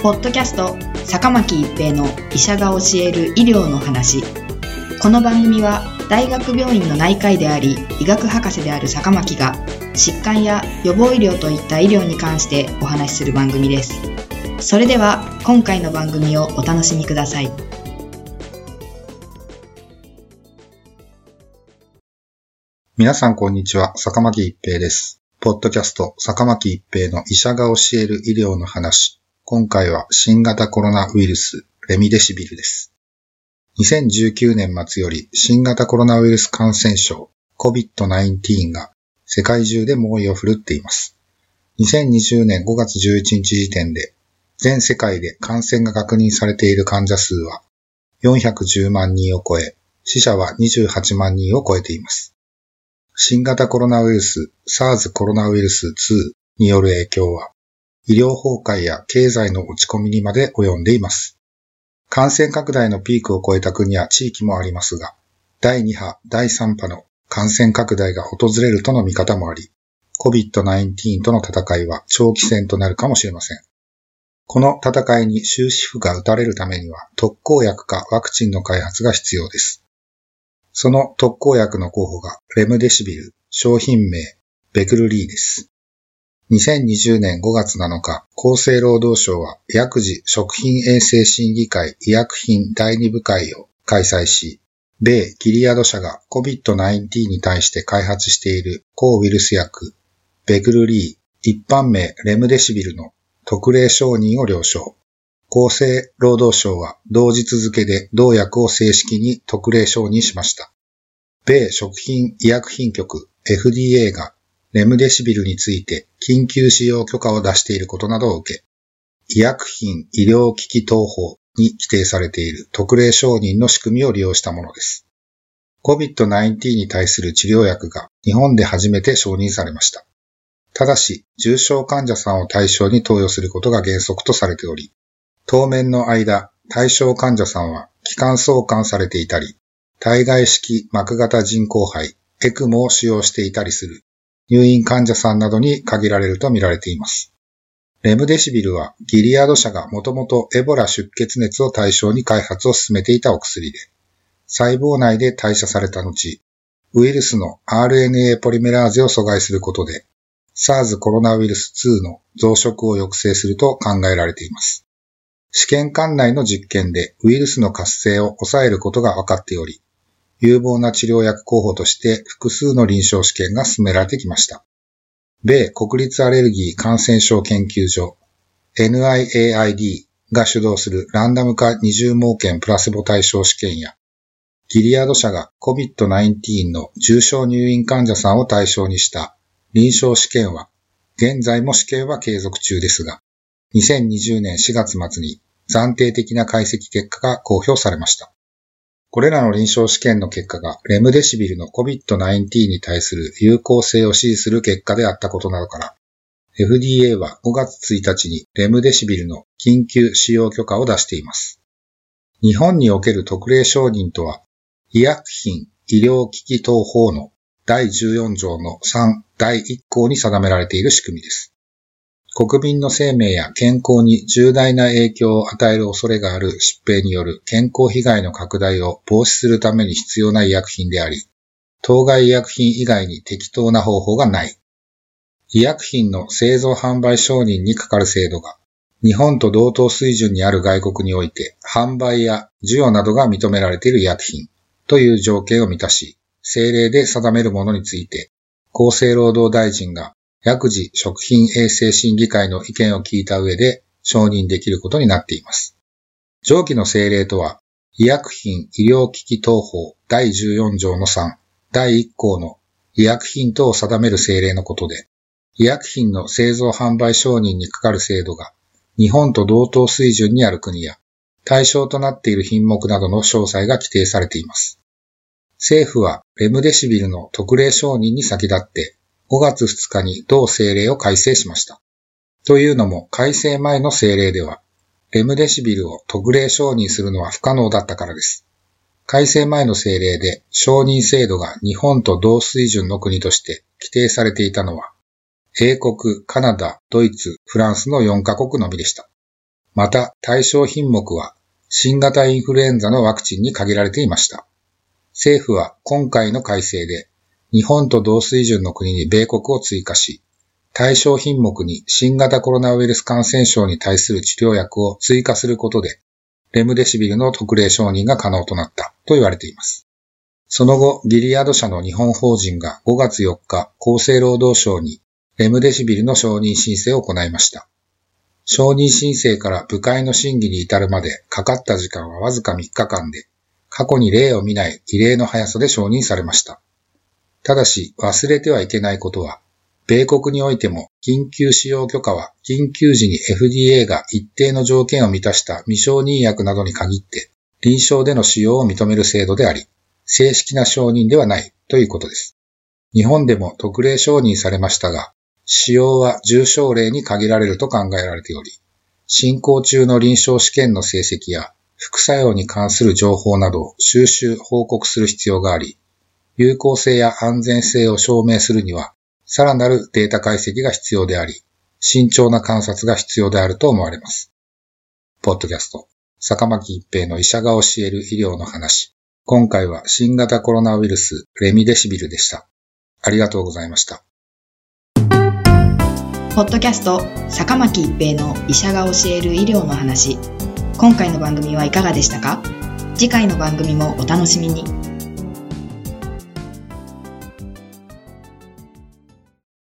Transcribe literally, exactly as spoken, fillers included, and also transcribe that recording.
ポッドキャスト坂巻一平の医者が教える医療の話。この番組は大学病院の内科医であり医学博士である坂巻が疾患や予防医療といった医療に関してお話しする番組です。それでは今回の番組をお楽しみください。 皆さんこんにちは、坂巻一平です。ポッドキャスト坂巻一平の医者が教える医療の話。今回は新型コロナウイルスレミデシビルです。にせんじゅうきゅうねん末より新型コロナウイルス感染症 コビッドナインティーン が世界中で猛威を振るっています。にせんにじゅうねんごがつじゅういちにち時点で全世界で感染が確認されている患者数はよんひゃくじゅうまんにんを超え、死者はにじゅうはちまんにんを超えています。新型コロナウイルス SARS コロナウイルスツーによる影響は医療崩壊や経済の落ち込みにまで及んでいます。感染拡大のピークを超えた国や地域もありますが、だいに波、だいさん波の感染拡大が訪れるとの見方もあり、コビッドナインティーン との戦いは長期戦となるかもしれません。この戦いに終止符が打たれるためには特効薬かワクチンの開発が必要です。その特効薬の候補がレムデシビル、商品名ベクルリーです。にせんにじゅうねんごがつなのか、厚生労働省は薬事食品衛生審議会医薬品だいに部会を開催し、米ギリアド社が コビッドナインティーン に対して開発している抗ウイルス薬ベクルリー、一般名レムデシビルの特例承認を了承。厚生労働省は同日付で同薬を正式に特例承認しました。米食品医薬品局 エフディーエー がレムデシビルについて緊急使用許可を出していることなどを受け、医薬品医療機器等法に規定されている特例承認の仕組みを利用したものです。コビッドナインティーン に対する治療薬が日本で初めて承認されました。ただし、重症患者さんを対象に投与することが原則とされており、当面の間、対象患者さんは気管挿管されていたり、体外式膜型人工肺、エクモを使用していたりする入院患者さんなどに限られると見られています。レムデシビルはギリアド社がもともとエボラ出血熱を対象に開発を進めていたお薬で、細胞内で代謝された後、ウイルスの アールエヌエー ポリメラーゼを阻害することで、SARS コロナウイルスツーの増殖を抑制すると考えられています。試験管内の実験でウイルスの活性を抑えることが分かっており、有望な治療薬候補として複数の臨床試験が進められてきました。米国立アレルギー感染症研究所 エヌアイエーアイディー が主導するランダム化二重盲検プラセボ対象試験や、ギリアド社が コビッドナインティーン の重症入院患者さんを対象にした臨床試験は、現在も試験は継続中ですが、にせんにじゅうねんしがつ末に暫定的な解析結果が公表されました。これらの臨床試験の結果がレムデシビルの コビッドナインティーン に対する有効性を支持する結果であったことなどから、エフディーエー はごがつついたちにレムデシビルの緊急使用許可を出しています。日本における特例承認とは、医薬品医療機器等法のだいじゅうよん条のさんだいいっ項に定められている仕組みです。国民の生命や健康に重大な影響を与える恐れがある疾病による健康被害の拡大を防止するために必要な医薬品であり、当該医薬品以外に適当な方法がない。医薬品の製造販売承認にかかる制度が、日本と同等水準にある外国において販売や授与などが認められている医薬品という条件を満たし、政令で定めるものについて、厚生労働大臣が薬事食品衛生審議会の意見を聞いた上で承認できることになっています。上記の政令とは、医薬品医療機器等法だいじゅうよん条のさん、だいいっ項の医薬品等を定める政令のことで、医薬品の製造販売承認にかかる制度が日本と同等水準にある国や対象となっている品目などの詳細が規定されています。政府はレムデシビルの特例承認に先立ってごがつふつかに同政令を改正しました。というのも改正前の政令では、レムデシビルを特例承認するのは不可能だったからです。改正前の政令で承認制度が日本と同水準の国として規定されていたのは、英国、カナダ、ドイツ、フランスのよんカ国のみでした。 また対象品目は新型インフルエンザのワクチンに限られていました。政府は今回の改正で日本と同水準の国に米国を追加し、対象品目に新型コロナウイルス感染症に対する治療薬を追加することで、レムデシビルの特例承認が可能となったと言われています。その後、ギリアド社の日本法人がごがつよっか、厚生労働省にレムデシビルの承認申請を行いました。承認申請から部会の審議に至るまでかかった時間はわずかみっかかんで、過去に例を見ない異例の速さで承認されました。ただし、忘れてはいけないことは、米国においても緊急使用許可は緊急時に エフディーエー が一定の条件を満たした未承認薬などに限って臨床での使用を認める制度であり、正式な承認ではないということです。日本でも特例承認されましたが、使用は重症例に限られると考えられており、進行中の臨床試験の成績や副作用に関する情報などを収集報告する必要があり、有効性や安全性を証明するには、さらなるデータ解析が必要であり、慎重な観察が必要であると思われます。ポッドキャスト、坂巻一平の医者が教える医療の話。今回は新型コロナウイルスレミデシビルでした。ありがとうございました。 ポッドキャスト、坂巻一平の医者が教える医療の話。今回の番組はいかがでしたか？次回の番組もお楽しみに。